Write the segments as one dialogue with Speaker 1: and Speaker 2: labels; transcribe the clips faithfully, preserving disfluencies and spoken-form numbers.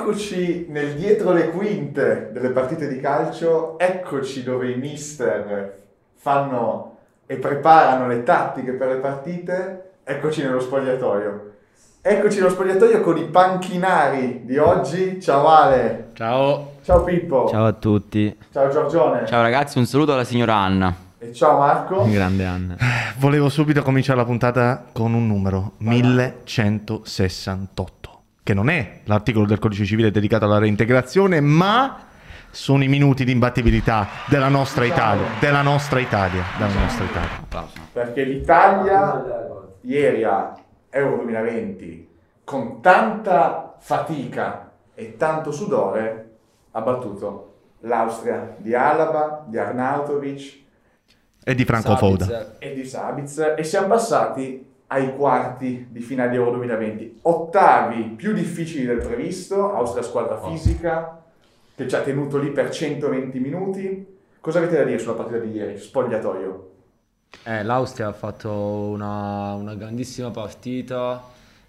Speaker 1: Eccoci nel dietro le quinte delle partite di calcio, eccoci dove i mister fanno e preparano le tattiche per le partite, eccoci nello spogliatoio. Eccoci nello spogliatoio con i panchinari di oggi. Ciao Ale.
Speaker 2: Ciao.
Speaker 1: Ciao Pippo.
Speaker 3: Ciao a tutti.
Speaker 1: Ciao Giorgione.
Speaker 2: Ciao ragazzi, un saluto alla signora Anna.
Speaker 1: E ciao Marco.
Speaker 3: Grande Anna.
Speaker 4: Volevo subito cominciare la puntata con un numero, millecentosessantotto, che non è l'articolo del codice civile dedicato alla reintegrazione, ma sono i minuti di imbattibilità della nostra Italia, della nostra Italia, della nostra Italia.
Speaker 1: Perché l'Italia ieri a Euro duemilaventi, con tanta fatica e tanto sudore, ha battuto l'Austria di Alaba, di Arnautovic
Speaker 4: E di Franco Foda.
Speaker 1: e di Sabitzer, e siamo passati ai quarti di finale di Euro duemilaventi. Ottavi più difficili del previsto, Austria squadra fisica, che ci ha tenuto lì per centoventi minuti. Cosa avete da dire sulla partita di ieri? Spogliatoio.
Speaker 3: Eh, L'Austria ha fatto una, una grandissima partita,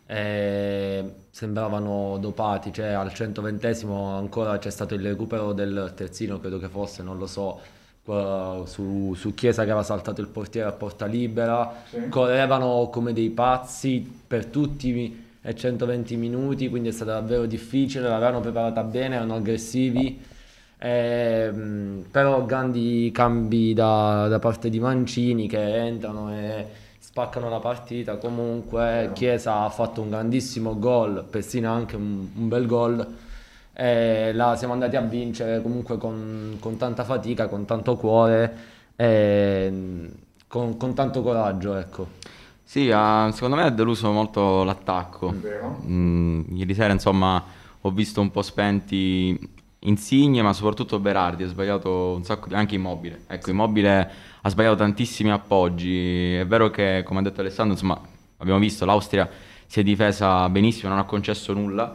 Speaker 3: eh, sembravano dopati, cioè al centoventesimo ancora c'è stato il recupero del terzino, credo che fosse, non lo so, eh, su, su Chiesa che aveva saltato il portiere a porta libera,
Speaker 1: Sì.
Speaker 3: correvano come dei pazzi per tutti e centoventi minuti, quindi è stato davvero difficile, l'avevano preparata bene, erano aggressivi. Ehm, però grandi cambi da, da parte di Mancini che entrano e spaccano la partita. Comunque Chiesa ha fatto un grandissimo gol, persino anche un, un bel gol, e la siamo andati a vincere comunque con, con tanta fatica, con tanto cuore e con, con tanto coraggio, ecco.
Speaker 2: Sì, ah, secondo me ha deluso molto l'attacco.
Speaker 1: Vero?
Speaker 2: Mm, ieri sera, insomma, ho visto un po' spenti Insigne, ma soprattutto Berardi. Ha sbagliato un sacco di... anche Immobile. Ecco, Immobile ha sbagliato tantissimi appoggi. È vero che, come ha detto Alessandro, insomma, abbiamo visto l'Austria si è difesa benissimo, non ha concesso nulla.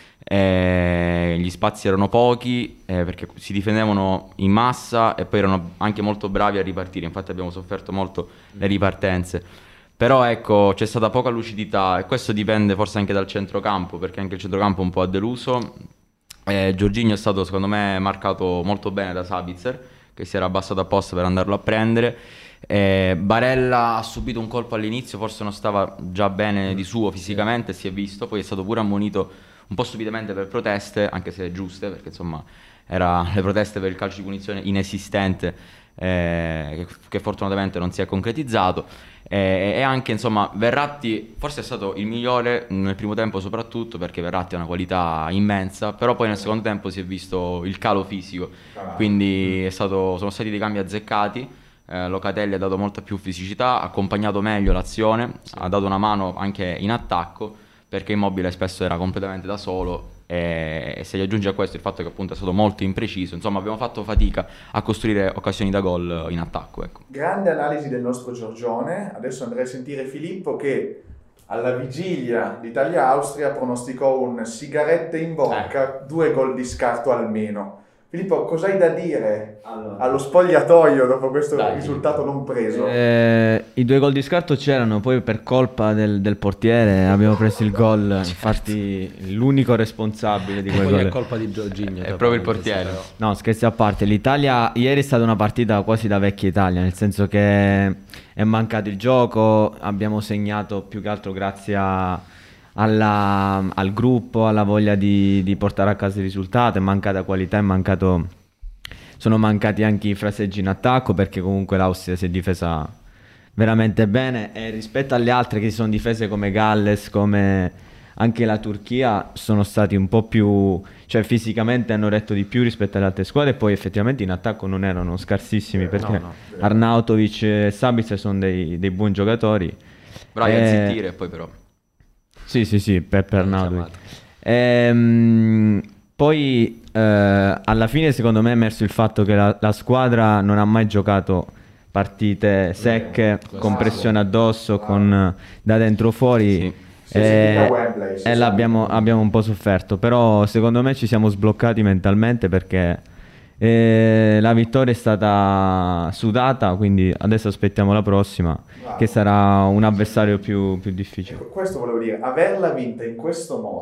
Speaker 2: Eh, gli spazi erano pochi, eh, perché si difendevano in massa e poi erano anche molto bravi a ripartire. Infatti abbiamo sofferto molto le ripartenze. Però ecco, c'è stata poca lucidità e questo dipende forse anche dal centrocampo, perché anche il centrocampo un po' ha deluso. Eh, Jorginho è stato secondo me marcato molto bene da Sabitzer, che si era abbassato apposta per andarlo a prendere. Eh, Barella ha subito un colpo all'inizio, forse non stava già bene di suo fisicamente, si è visto, poi è stato pure ammonito un po' stupidamente per proteste, anche se giuste, perché insomma era le proteste per il calcio di punizione inesistente, eh, che, che fortunatamente non si è concretizzato. Eh, e anche insomma Verratti forse è stato il migliore nel primo tempo, soprattutto perché Verratti ha una qualità immensa, però poi nel secondo tempo si è visto il calo fisico, quindi è stato, sono stati dei cambi azzeccati. eh, Locatelli ha dato molta più fisicità, ha accompagnato meglio l'azione, ha dato una mano anche in attacco, perché Immobile spesso era completamente da solo. E se gli aggiunge a questo il fatto che appunto è stato molto impreciso, insomma abbiamo fatto fatica a costruire occasioni da gol in attacco, ecco.
Speaker 1: Grande analisi del nostro Giorgione. Adesso andrei a sentire Filippo che alla vigilia d'Italia-Austria pronosticò un sigarette in bocca, eh. due gol di scarto almeno. Filippo, cosa hai da dire allora allo spogliatoio dopo questo Dai, risultato non preso?
Speaker 3: Eh, I due gol di scarto c'erano, poi per colpa del, del portiere abbiamo preso il gol, infatti l'unico responsabile di quel
Speaker 2: poi
Speaker 3: gol
Speaker 2: è
Speaker 3: colpa di Jorginho.
Speaker 2: È proprio il portiere.
Speaker 3: No, scherzi a parte, l'Italia ieri è stata una partita quasi da vecchia Italia, nel senso che è mancato il gioco, abbiamo segnato più che altro grazie a... Alla, al gruppo, alla voglia di, di portare a casa il risultato. È mancata qualità, è mancato, sono mancati anche i fraseggi in attacco, perché comunque l'Austria si è difesa veramente bene, e rispetto alle altre che si sono difese come Galles, come anche la Turchia, sono stati un po' più, cioè fisicamente hanno retto di più rispetto alle altre squadre, e poi effettivamente in attacco non erano scarsissimi, perché no, no, Arnautovic e Sabitzer sono dei, dei buoni giocatori,
Speaker 2: bravi
Speaker 3: e...
Speaker 2: a zittire poi però.
Speaker 3: Sì, sì, sì, per, per Arnautovic. Ehm, poi eh, alla fine secondo me è emerso il fatto che la, la squadra non ha mai giocato partite secche, eh, con pressione addosso, con da dentro fuori, sì. e,
Speaker 1: Wembley,
Speaker 3: e l'abbiamo abbiamo un po' sofferto, però secondo me ci siamo sbloccati mentalmente, perché e la vittoria è stata sudata, quindi adesso aspettiamo la prossima, wow, che sarà un avversario più, più difficile.
Speaker 1: Questo volevo dire, averla vinta in questo modo,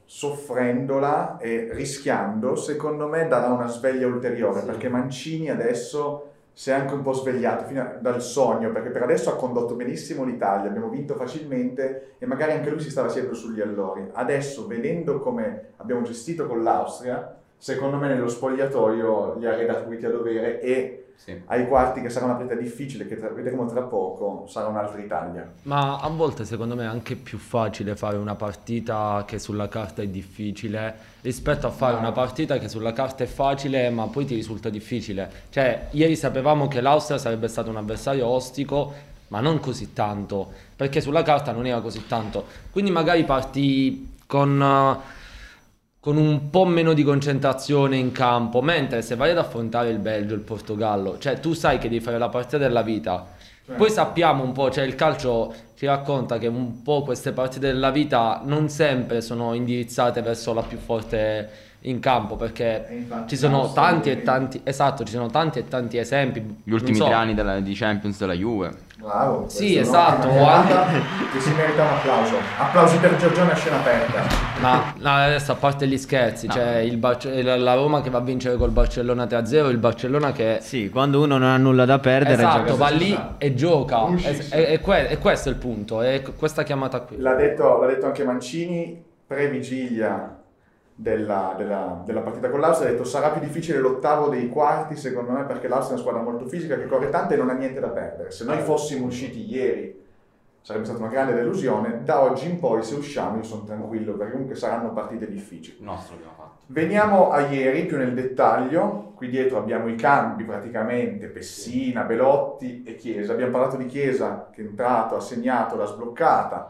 Speaker 1: soffrendola e rischiando, secondo me darà una sveglia ulteriore, sì. Perché Mancini adesso si è anche un po' svegliato fino a, dal sogno, perché per adesso ha condotto benissimo l'Italia, abbiamo vinto facilmente e magari anche lui si stava sempre sugli allori. Adesso, vedendo come abbiamo gestito con l'Austria, secondo me nello spogliatoio li ha redarguiti a dovere e sì. Ai quarti, che sarà una partita difficile, che tra, vedremo tra poco, sarà un'altra Italia.
Speaker 5: Ma a volte secondo me è anche più facile fare una partita che sulla carta è difficile rispetto a fare una partita che sulla carta è facile ma poi ti risulta difficile. Cioè, ieri sapevamo che l'Austria sarebbe stato un avversario ostico, ma non così tanto, perché sulla carta non era così tanto. Quindi magari parti con... Uh, con un po' meno di concentrazione in campo, mentre se vai ad affrontare il Belgio, il Portogallo, cioè tu sai che devi fare la partita della vita, cioè. Poi sappiamo un po', cioè il calcio ci racconta che un po' queste partite della vita non sempre sono indirizzate verso la più forte in campo, perché ci sono tanti e tanti, esatto, ci sono tanti e tanti esempi.
Speaker 2: Gli ultimi
Speaker 5: so.
Speaker 2: tre anni della, di Champions della Juve.
Speaker 1: Bravo,
Speaker 5: sì, esatto, o
Speaker 1: anche che si merita un applauso. Applausi per Giorgione a scena aperta.
Speaker 5: Ma no, adesso a parte gli scherzi, no. C'è il Barce- la Roma che va a vincere col Barcellona tre a zero, il Barcellona che
Speaker 3: sì, quando uno non ha nulla da perdere,
Speaker 5: esatto, va lì e gioca. E, e, e, que- e questo è il punto, è questa chiamata qui.
Speaker 1: L'ha detto, l'ha detto anche Mancini pre-vigilia Della, della, della partita con l'Austria, ha detto sarà più difficile l'ottavo dei quarti secondo me, perché l'Austria è una squadra molto fisica che corre tanto e non ha niente da perdere. Se noi fossimo usciti ieri sarebbe stata una grande delusione. Da oggi in poi, se usciamo, io sono tranquillo, perché comunque saranno partite difficili.
Speaker 2: Il nostro abbiamo fatto.
Speaker 1: Veniamo a ieri più nel dettaglio. Qui dietro abbiamo i cambi praticamente, Pessina, Belotti e Chiesa. Abbiamo parlato di Chiesa che è entrato, ha segnato, l'ha sbloccata.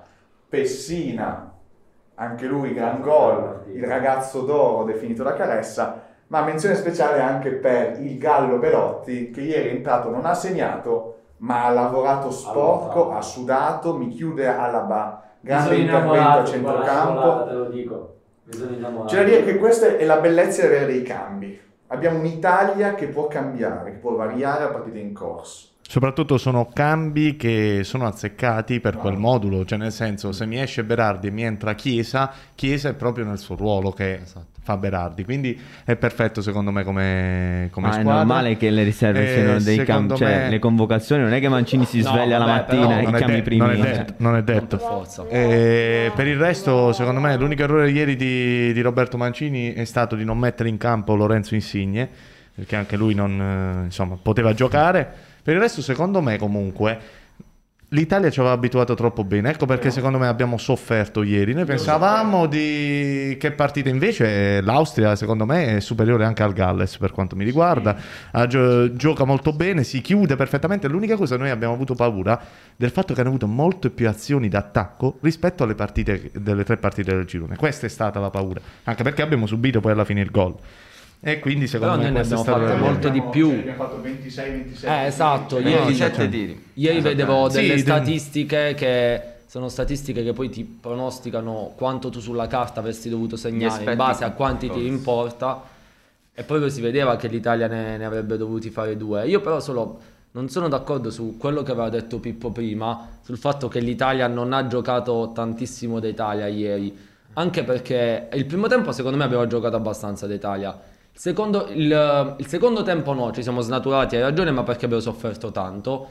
Speaker 1: Pessina, anche lui gran gol, il ragazzo d'oro definito da Caressa, ma menzione speciale anche per il Gallo Belotti, che ieri è entrato, non ha segnato, ma ha lavorato sporco, ha sudato, mi chiude Alaba, grande intervento a centrocampo.
Speaker 6: Te lo dico,
Speaker 1: c'è da dire che questa è la bellezza di avere dei cambi. Abbiamo un'Italia che può cambiare, che può variare a partita in corso.
Speaker 4: Soprattutto sono cambi che sono azzeccati per quel modulo, cioè nel senso, se mi esce Berardi e mi entra Chiesa, Chiesa è proprio nel suo ruolo che esatto. fa Berardi, quindi è perfetto secondo me come, come
Speaker 3: Ma
Speaker 4: squadra.
Speaker 3: è normale che le riserve
Speaker 4: eh,
Speaker 3: siano dei cambi, cioè me... le convocazioni, non è che Mancini si sveglia no, vabbè, la mattina e chiami i primi.
Speaker 4: Non è detto, non è detto.
Speaker 5: Non per forza.
Speaker 4: Eh, per il resto secondo me l'unico errore ieri di, di Roberto Mancini è stato di non mettere in campo Lorenzo Insigne, perché anche lui non insomma poteva giocare. Per il resto, secondo me, comunque, l'Italia ci aveva abituato troppo bene. Ecco perché, secondo me, abbiamo sofferto ieri. Noi pensavamo di che partita, invece l'Austria, secondo me, è superiore anche al Galles, per quanto mi riguarda. Sì. Gio- gioca molto bene, si chiude perfettamente. L'unica cosa, noi abbiamo avuto paura del fatto che hanno avuto molte più azioni d'attacco rispetto alle partite delle tre partite del girone. Questa è stata la paura. Anche perché abbiamo subito poi alla fine il gol. E quindi secondo
Speaker 5: però
Speaker 4: me
Speaker 5: noi ne abbiamo fatte molte di più.
Speaker 1: Abbiamo fatto ventisei ventisei.
Speaker 5: Eh, esatto,
Speaker 2: ieri
Speaker 5: ieri,
Speaker 2: ventisette tiri.
Speaker 5: Ieri vedevo delle
Speaker 4: sì,
Speaker 5: statistiche che sono statistiche che poi ti pronosticano quanto tu sulla carta avresti dovuto segnare in base a quanti tiri in porta, e poi si vedeva che l'Italia ne, ne avrebbe dovuti fare due. Io però solo non sono d'accordo su quello che aveva detto Pippo prima, sul fatto che l'Italia non ha giocato tantissimo d'Italia ieri, anche perché il primo tempo secondo me aveva giocato abbastanza d'Italia. Secondo, il, il secondo tempo no, ci siamo snaturati, hai ragione, ma perché abbiamo sofferto tanto.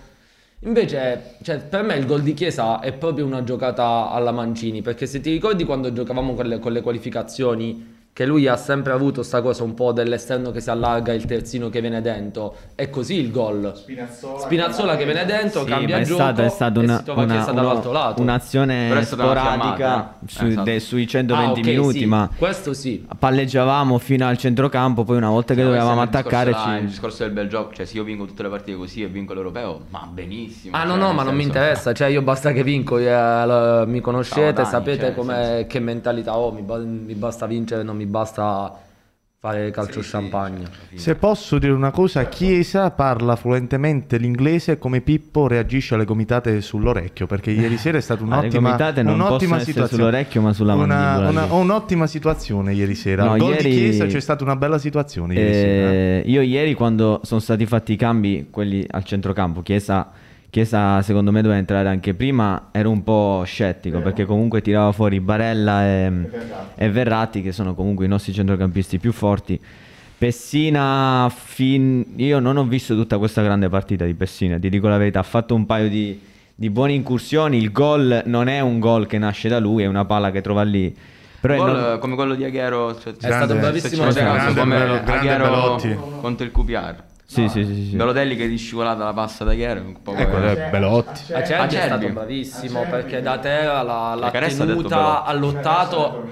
Speaker 5: Invece, cioè, per me il gol di Chiesa è proprio una giocata alla Mancini, perché se ti ricordi quando giocavamo con le, con le qualificazioni, che lui ha sempre avuto sta cosa un po' dell'esterno che si allarga, il terzino che viene dentro, è così il gol.
Speaker 1: Spinazzola,
Speaker 5: Spinazzola che viene dentro,
Speaker 3: sì,
Speaker 5: cambia
Speaker 3: è
Speaker 5: gioco
Speaker 3: stato, è stata
Speaker 5: e
Speaker 3: una,
Speaker 5: si trova
Speaker 3: una,
Speaker 5: Chiesa
Speaker 3: una,
Speaker 5: dall'altro lato.
Speaker 3: un'azione sporadica
Speaker 2: chiamata, eh?
Speaker 3: su,
Speaker 2: esatto.
Speaker 3: de, sui centoventi
Speaker 5: ah, okay,
Speaker 3: minuti,
Speaker 5: sì,
Speaker 3: ma
Speaker 5: questo sì.
Speaker 3: palleggiavamo fino al centrocampo, poi una volta che
Speaker 2: no,
Speaker 3: dovevamo
Speaker 2: il
Speaker 3: attaccare
Speaker 2: discorso, là,
Speaker 3: ci...
Speaker 2: il discorso del bel gioco, cioè se io vinco tutte le partite così e vinco l'europeo, ma benissimo.
Speaker 5: Ah
Speaker 2: cioè,
Speaker 5: no no, ma non mi interessa, cioè io basta che vinco, io, eh, mi conoscete,
Speaker 2: no, dai,
Speaker 5: sapete
Speaker 2: cioè,
Speaker 5: com'è, che mentalità ho, mi, ba- mi basta vincere, non mi basta fare calcio
Speaker 2: sì,
Speaker 5: champagne.
Speaker 2: Sì,
Speaker 4: Se posso dire una cosa, Chiesa parla fluentemente l'inglese, come Pippo reagisce alle gomitate sull'orecchio, perché ieri sera è stata un'ottima,
Speaker 3: ah, le gomitate non
Speaker 4: un'ottima
Speaker 3: possono
Speaker 4: situazione
Speaker 3: essere sull'orecchio ma sulla
Speaker 4: una,
Speaker 3: mandibola.
Speaker 4: una, un'ottima situazione ieri sera.
Speaker 3: No,
Speaker 4: Al gol
Speaker 3: ieri...
Speaker 4: di Chiesa c'è stata una bella situazione ieri
Speaker 3: eh,
Speaker 4: sera.
Speaker 3: Io ieri, quando sono stati fatti i cambi, quelli al centrocampo, Chiesa Chiesa secondo me doveva entrare anche prima, ero un po' scettico
Speaker 1: Vero.
Speaker 3: perché comunque tirava fuori Barella e,
Speaker 1: Verratti.
Speaker 3: e Verratti, che sono comunque i nostri centrocampisti più forti. Pessina, fin... io non ho visto tutta questa grande partita di Pessina, ti dico la verità, ha fatto un paio di, di buone incursioni, il gol non è un gol che nasce da lui, è una palla che trova lì. Però è
Speaker 2: Gol
Speaker 3: non-
Speaker 2: come quello di Aguero, cioè,
Speaker 5: È stato bravissimo
Speaker 2: se ci fate caso,
Speaker 4: grande
Speaker 2: come
Speaker 4: Belo- grande
Speaker 2: Aguero
Speaker 4: Belotti.
Speaker 2: contro il Q P R.
Speaker 3: Sì, sì, sì, sì, sì.
Speaker 2: Belotelli che è riscivolata la passa da Aguero, un po'
Speaker 4: Ecco,
Speaker 2: come-
Speaker 4: è Belotti.
Speaker 5: Acerbi è
Speaker 2: Acerbi.
Speaker 5: stato bravissimo
Speaker 1: Acerbi.
Speaker 5: perché da terra l'ha, l'ha
Speaker 2: Caressa ha detto
Speaker 5: tenuta,
Speaker 2: Belotti.
Speaker 5: ha lottato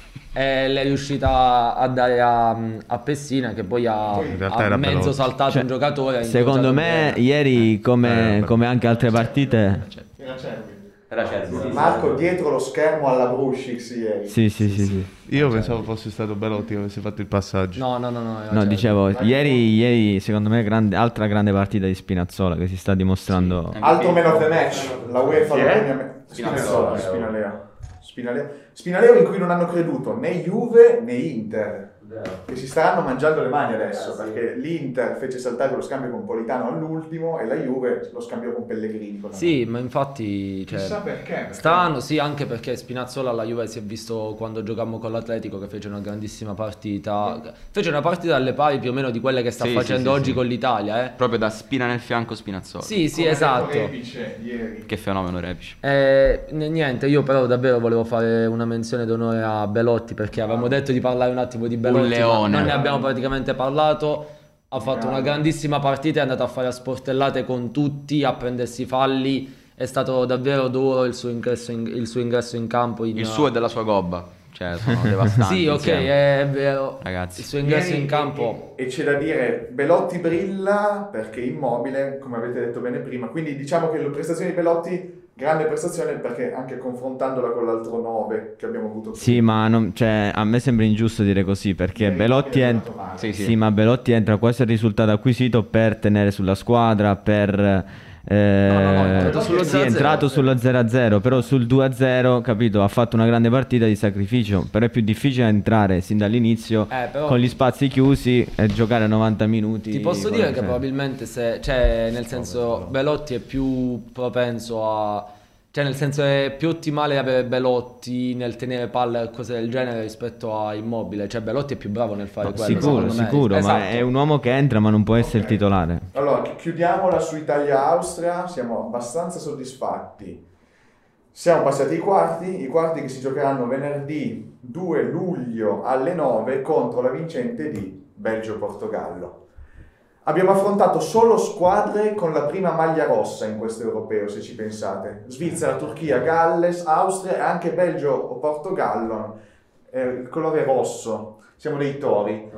Speaker 5: e l'è riuscita a dare a, a Pessina che poi ha,
Speaker 1: Poi
Speaker 4: in realtà
Speaker 5: ha
Speaker 4: era
Speaker 5: mezzo
Speaker 4: Belotti.
Speaker 5: saltato
Speaker 3: Cioè,
Speaker 5: un giocatore. ha
Speaker 3: secondo
Speaker 5: incrociato
Speaker 3: me
Speaker 5: bene.
Speaker 3: ieri, come,
Speaker 4: Eh,
Speaker 3: come anche altre partite,
Speaker 1: Era Cervi.
Speaker 2: Era Acerbi.
Speaker 1: Marco dietro lo schermo alla Brushix ieri.
Speaker 3: sì, sì, sì, sì.
Speaker 4: Io pensavo fosse stato Belotti che avesse fatto il passaggio.
Speaker 5: No, no, no, no. era
Speaker 3: No,
Speaker 5: Acerbi.
Speaker 3: dicevo, ieri, ieri secondo me grande, altra grande partita di Spinazzola che si sta dimostrando.
Speaker 2: Sì.
Speaker 1: Alto man of the match, la UEFA
Speaker 4: Chi
Speaker 1: lo
Speaker 4: è?
Speaker 1: premia me-
Speaker 2: Spinazzola.
Speaker 1: Spinazzola, Spinaleo. Spinaleo. Spinaleo in cui non hanno creduto né Juve né Inter, che si staranno mangiando le mani adesso, perché l'Inter fece saltare lo scambio con Politano all'ultimo e la Juve lo scambiò con Pellegrini. Con la
Speaker 5: Sì, ma infatti cioè,
Speaker 1: Chissà perché, perché-
Speaker 5: strano, sì, anche perché Spinazzola alla Juve si è visto quando giocammo con l'Atletico che fece una grandissima partita. Fece una partita alle pari più o meno di quelle che sta
Speaker 2: Sì,
Speaker 5: facendo
Speaker 2: sì, sì,
Speaker 5: oggi
Speaker 2: sì.
Speaker 5: con l'Italia, eh.
Speaker 2: Proprio da spina nel fianco Spinazzola.
Speaker 5: Sì, sì,
Speaker 1: come ha
Speaker 5: esatto.
Speaker 1: detto Rebic ieri.
Speaker 2: Che fenomeno Rebic.
Speaker 5: Eh, n- niente, io però davvero volevo fare una menzione d'onore a Belotti perché avevamo detto di parlare un attimo di Belotti, ma
Speaker 2: leone.
Speaker 5: non ne abbiamo praticamente parlato. Ha fatto una grandissima partita, è andato a fare a sportellate con tutti, a prendersi i falli. È stato davvero duro il suo ingresso in, il suo ingresso in campo. In,
Speaker 2: Il suo e della sua gobba. Cioè, sono devastanti.
Speaker 5: Sì, ok,
Speaker 2: insieme.
Speaker 5: è vero.
Speaker 2: Ragazzi.
Speaker 5: Il suo ingresso
Speaker 1: Ieri-
Speaker 5: in campo.
Speaker 1: E, e c'è da dire, Belotti brilla perché è Immobile, come avete detto bene prima, quindi diciamo che la prestazione di Belotti, grande prestazione perché anche confrontandola con l'altro nove che abbiamo avuto prima.
Speaker 3: Sì, ma non- cioè, a me sembra ingiusto dire così perché
Speaker 1: Ieri
Speaker 3: Belotti,
Speaker 1: Immobile è
Speaker 3: en-
Speaker 1: andato male.
Speaker 2: Sì, sì.
Speaker 3: sì, ma Belotti entra quasi al risultato acquisito per tenere sulla squadra, per... eh,
Speaker 5: No, no, no, è entrato sullo
Speaker 3: sì,
Speaker 5: zero
Speaker 3: è
Speaker 5: a zero.
Speaker 3: entrato sullo zero a zero, però sul due a zero, capito, ha fatto una grande partita di sacrificio, però è più difficile entrare sin dall'inizio
Speaker 5: Eh, però-
Speaker 3: con gli spazi chiusi e giocare novanta minuti.
Speaker 5: Ti posso
Speaker 3: con-
Speaker 5: dire che
Speaker 3: cioè,
Speaker 5: probabilmente se, cioè nel senso Belotti è più propenso a, cioè nel senso è più ottimale avere Belotti nel tenere palle e cose del genere rispetto a Immobile, cioè Belotti è più bravo nel fare
Speaker 3: no,
Speaker 5: quello.
Speaker 3: sicuro,
Speaker 5: secondo me.
Speaker 3: sicuro, ma
Speaker 5: Esatto.
Speaker 3: è un uomo che entra ma non può essere il titolare.
Speaker 1: Allora, chi- chiudiamola su Italia-Austria, siamo abbastanza soddisfatti. Siamo passati ai quarti, i quarti che si giocheranno venerdì due luglio alle nove contro la vincente di Belgio-Portogallo. Abbiamo affrontato solo squadre con la prima maglia rossa in questo europeo, se ci pensate. Svizzera, Turchia, Galles, Austria e anche Belgio o Portogallo. Eh, il colore rosso. Siamo dei tori.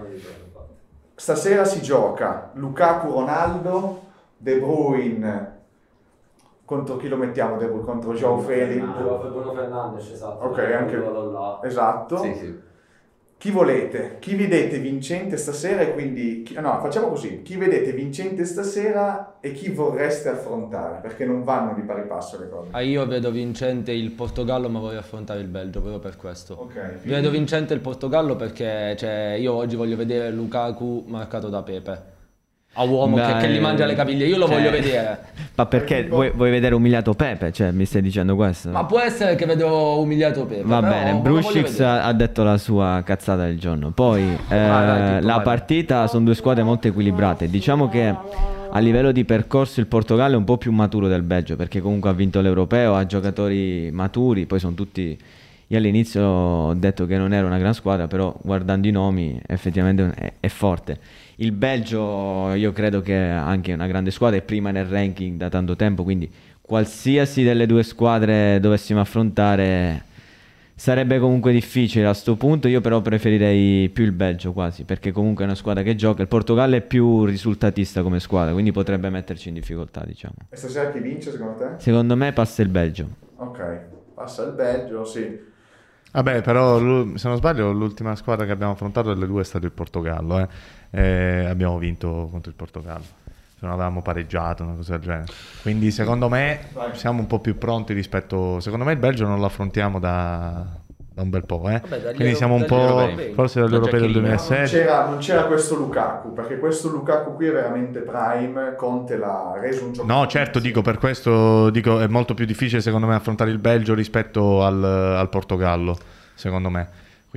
Speaker 1: Stasera si gioca Lukaku, Ronaldo, De Bruyne. Contro chi lo mettiamo? De Bruyne? Contro João Felix?
Speaker 5: Bruno Fernandes, esatto.
Speaker 1: Ok, anche esatto.
Speaker 2: Sì, sì.
Speaker 1: Chi volete? Chi vedete vincente stasera e quindi chi- no, facciamo così. Chi vedete vincente stasera e chi vorreste affrontare? Perché non vanno di pari passo le cose.
Speaker 5: Ah, io vedo vincente il Portogallo, ma voglio affrontare il Belgio proprio per questo.
Speaker 1: Ok.
Speaker 5: Vedo vincente il Portogallo perché cioè, io oggi voglio vedere Lukaku marcato da Pepe. A uomo che,
Speaker 3: Dai,
Speaker 5: che gli mangia le caviglie, io lo
Speaker 3: cioè,
Speaker 5: voglio vedere.
Speaker 3: Ma perché vuoi, vuoi vedere umiliato Pepe? Cioè, mi stai dicendo questo?
Speaker 5: Ma può essere che vedo umiliato Pepe.
Speaker 3: Va
Speaker 5: però
Speaker 3: bene,
Speaker 5: lo voglio
Speaker 3: Brushix
Speaker 5: vedere.
Speaker 3: ha ha detto la sua cazzata del giorno. Poi eh,
Speaker 5: vai, Pippo,
Speaker 3: la
Speaker 5: vai.
Speaker 3: partita sono due squadre molto equilibrate. Diciamo che a livello di percorso il Portogallo è un po' più maturo del Belgio perché comunque ha vinto l'Europeo, ha giocatori maturi, poi sono tutti... Io all'inizio ho detto che non era una gran squadra, però guardando i nomi effettivamente è, è forte. Il Belgio io credo che è anche una grande squadra, è prima nel ranking da tanto tempo, quindi qualsiasi delle due squadre dovessimo affrontare sarebbe comunque difficile a sto punto. Io però preferirei più il Belgio quasi, perché comunque è una squadra che gioca. Il Portogallo è più risultatista come squadra, quindi potrebbe metterci in difficoltà, diciamo.
Speaker 1: E stasera chi vince secondo te?
Speaker 3: Secondo me passa il Belgio.
Speaker 1: Ok, passa il Belgio, sì.
Speaker 4: Vabbè, però lu- se non sbaglio l'ultima squadra che abbiamo affrontato delle due è stato il Portogallo, eh. E abbiamo vinto contro il Portogallo, se non avevamo pareggiato, una cosa del genere. Quindi secondo me siamo un po' più pronti rispetto... Secondo me il Belgio non lo affrontiamo da, da un bel po', eh.
Speaker 5: Vabbè, dagli
Speaker 4: Quindi siamo un
Speaker 5: dagli
Speaker 4: po',
Speaker 5: europei.
Speaker 4: forse dall'Europeo del
Speaker 2: Giacchino.
Speaker 1: Non
Speaker 4: duemilasette.
Speaker 1: c'era, non c'era questo Lukaku, perché questo Lukaku qui è veramente prime. Conte l'ha reso un gioco.
Speaker 4: No, certo, dico, per questo dico, è molto più difficile secondo me affrontare il Belgio rispetto al, al Portogallo, secondo me.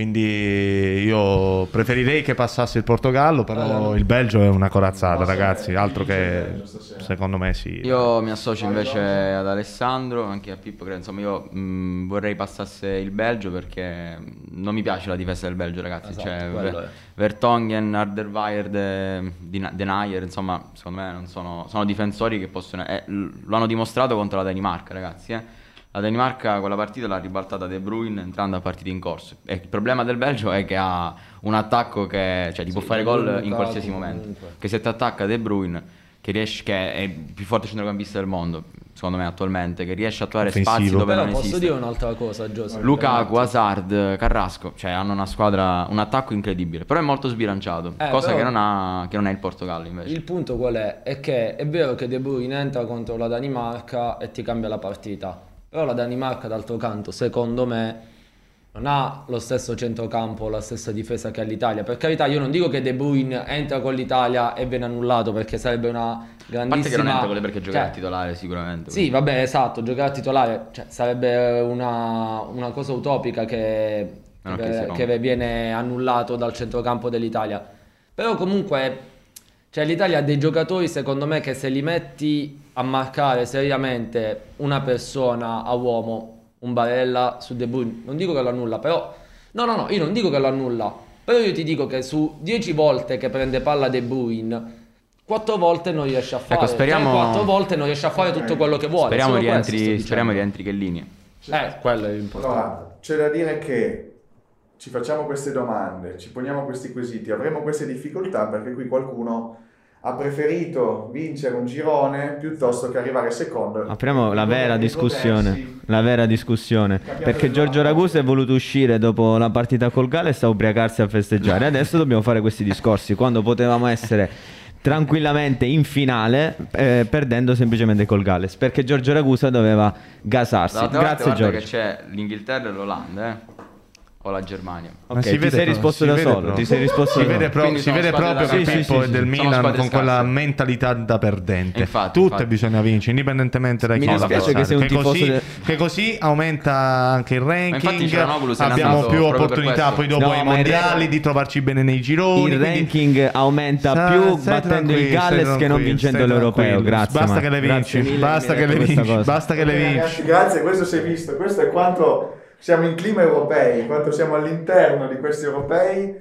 Speaker 4: Quindi io preferirei che passasse il Portogallo, però il Belgio è una corazzata, ragazzi, altro che secondo me sì.
Speaker 2: Io mi associo invece ad Alessandro, anche a Pippo, credo, insomma io mh, vorrei passasse il Belgio perché non mi piace la difesa del Belgio, ragazzi.
Speaker 5: Esatto,
Speaker 2: cioè,
Speaker 5: quello
Speaker 2: Ver-
Speaker 5: è.
Speaker 2: Vertonghen, Alderweireld, Dina- Denayer, insomma, secondo me non sono, sono difensori che possono... eh, l- lo hanno dimostrato contro la Danimarca, ragazzi, eh. La Danimarca quella partita l'ha ribaltata De Bruyne entrando a partite in corso. E il problema del Belgio è che ha un attacco che cioè, ti può
Speaker 5: Sì,
Speaker 2: fare
Speaker 5: De
Speaker 2: gol
Speaker 5: Bruyne,
Speaker 2: in
Speaker 5: Lukaku,
Speaker 2: qualsiasi momento.
Speaker 5: comunque.
Speaker 2: Che se ti attacca De Bruyne, che riesce, che è il più forte centrocampista del mondo, secondo me attualmente, che riesce a trovare
Speaker 4: Offensivo.
Speaker 2: spazi dove
Speaker 5: Però
Speaker 2: non
Speaker 5: posso
Speaker 2: esiste.
Speaker 5: dire un'altra cosa, Giuseppe.
Speaker 2: Lukaku, Hazard, Carrasco, cioè hanno una squadra, un attacco incredibile, però è molto sbilanciato,
Speaker 5: Eh,
Speaker 2: cosa
Speaker 5: però-
Speaker 2: che non ha che non è il Portogallo invece.
Speaker 5: Il punto qual è? È che è vero che De Bruyne entra contro la Danimarca e ti cambia la partita. Però la Danimarca, d'altro canto, secondo me, non ha lo stesso centrocampo, la stessa difesa che ha l'Italia. Per carità, io non dico che De Bruyne entra con l'Italia e viene annullato, perché sarebbe una
Speaker 2: A
Speaker 5: grandissima...
Speaker 2: parte che non entra con le perché giocare
Speaker 5: cioè,
Speaker 2: a titolare sicuramente.
Speaker 5: Sì, vabbè, esatto, giocare a titolare, cioè, sarebbe una, una cosa utopica che,
Speaker 2: No,
Speaker 5: che,
Speaker 2: che si rompe.
Speaker 5: che viene annullato dal centrocampo dell'Italia. Però comunque, cioè, l'Italia ha dei giocatori, secondo me, che se li metti a marcare seriamente una persona a uomo, un Barella su De Bruyne, non dico che lo annulla, però... No, no, no, io non dico che lo annulla, però io ti dico che su dieci volte che prende palla De Bruyne, quattro volte non riesce a fare,
Speaker 2: Ecco, speriamo-
Speaker 5: quattro volte non riesce a fare tutto quello che vuole.
Speaker 2: Speriamo
Speaker 5: solo questo sto
Speaker 2: rientri,
Speaker 5: dicendo.
Speaker 2: speriamo rientri che linea.
Speaker 5: Eh, quello è importante.
Speaker 1: Allora, c'è da dire che ci facciamo queste domande, ci poniamo questi quesiti, avremo queste difficoltà perché qui qualcuno ha preferito vincere un girone piuttosto che arrivare secondo.
Speaker 3: Apriamo la vera
Speaker 1: E
Speaker 3: discussione,
Speaker 1: godersi-
Speaker 3: la vera discussione, perché Giorgio Ragusa è voluto uscire dopo la partita col Galles a ubriacarsi a festeggiare. Adesso dobbiamo fare questi discorsi quando potevamo essere tranquillamente in finale, eh, perdendo semplicemente col Galles, perché Giorgio Ragusa doveva gasarsi.
Speaker 2: Dall'altra parte
Speaker 3: Grazie
Speaker 2: guarda
Speaker 3: Giorgio.
Speaker 2: che c'è l'Inghilterra e l'Olanda, eh. O la Germania.
Speaker 4: Ma
Speaker 3: Ok,
Speaker 4: si
Speaker 3: ti
Speaker 4: vede
Speaker 3: sei
Speaker 4: pro-
Speaker 3: risposto
Speaker 4: si
Speaker 3: da
Speaker 4: vede
Speaker 3: solo,
Speaker 4: pro-
Speaker 3: ti sei risposto
Speaker 4: si
Speaker 3: da
Speaker 4: vede,
Speaker 3: solo.
Speaker 4: pro-
Speaker 2: Quindi
Speaker 4: si
Speaker 2: sono
Speaker 4: vede
Speaker 2: squadre
Speaker 4: proprio
Speaker 2: da
Speaker 4: che
Speaker 3: sì,
Speaker 4: Pippo
Speaker 3: sì,
Speaker 4: è
Speaker 3: sì,
Speaker 4: del
Speaker 3: sì.
Speaker 2: Sono
Speaker 4: Milan
Speaker 2: squadre
Speaker 4: con quella
Speaker 2: scarse.
Speaker 4: mentalità da perdente.
Speaker 2: Infatti,
Speaker 4: Tutte
Speaker 2: infatti.
Speaker 4: bisogna vincere, indipendentemente da
Speaker 3: Mi
Speaker 4: chi va a
Speaker 3: dispiace
Speaker 4: passare.
Speaker 3: che sei un tifoso
Speaker 4: così,
Speaker 3: de-
Speaker 4: che così aumenta anche il
Speaker 2: infatti
Speaker 4: ranking,
Speaker 2: Cialanoglu se n'è
Speaker 4: abbiamo
Speaker 2: andato
Speaker 4: più
Speaker 2: proprio per
Speaker 4: opportunità
Speaker 2: questo.
Speaker 4: poi dopo
Speaker 3: No,
Speaker 4: ai
Speaker 3: ma in
Speaker 4: mondiali
Speaker 3: realtà-
Speaker 4: di trovarci bene nei gironi.
Speaker 3: Il
Speaker 4: quindi-
Speaker 3: ranking aumenta
Speaker 4: Sta-
Speaker 3: più
Speaker 4: stai
Speaker 3: battendo il
Speaker 4: tranquillo,
Speaker 3: Galles
Speaker 4: stai
Speaker 3: che non
Speaker 4: tranquillo,
Speaker 3: vincendo
Speaker 4: stai
Speaker 3: l'Europeo.
Speaker 4: tranquillo.
Speaker 3: Grazie,
Speaker 4: Basta
Speaker 3: Marco.
Speaker 4: che le
Speaker 3: Grazie
Speaker 4: vinci,
Speaker 3: mille,
Speaker 4: basta
Speaker 3: mi
Speaker 4: che
Speaker 3: hai
Speaker 4: le
Speaker 3: detto questa
Speaker 4: vinci,
Speaker 3: cosa.
Speaker 4: basta che le
Speaker 1: Eh,
Speaker 4: vinci.
Speaker 1: Ragazzi, grazie, questo si è visto, questo è quanto siamo in clima europei, quanto siamo all'interno di questi europei.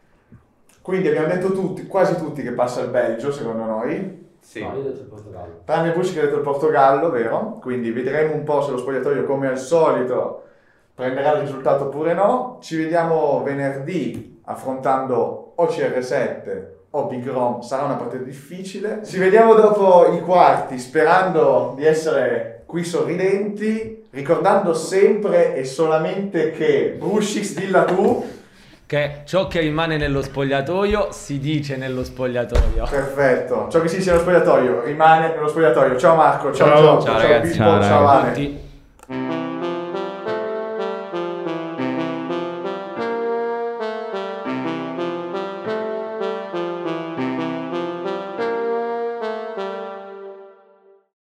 Speaker 1: Quindi abbiamo detto tutti, quasi tutti che passa il Belgio, secondo noi.
Speaker 2: Sì.
Speaker 5: No, io ho detto il Portogallo.
Speaker 1: Tranne Bucci che ha detto il Portogallo, vero? Quindi vedremo un po' se lo spogliatoio, come al solito, prenderà il risultato oppure no. Ci vediamo venerdì affrontando o C R sette o Big Rom. Sarà una partita difficile. Ci vediamo dopo i quarti, sperando di essere qui sorridenti, ricordando sempre e solamente che Brushix, dilla tu.
Speaker 5: Che ciò che rimane nello spogliatoio si dice nello spogliatoio.
Speaker 1: Perfetto. Ciò che si dice nello spogliatoio rimane nello spogliatoio. Ciao Marco, ciao
Speaker 4: Ciao.
Speaker 1: Giorgio,
Speaker 2: Ciao, ragazzi.
Speaker 1: Pippo,
Speaker 3: Ciao,
Speaker 1: ciao
Speaker 3: ragazzi.
Speaker 1: Ale.
Speaker 5: Tutti.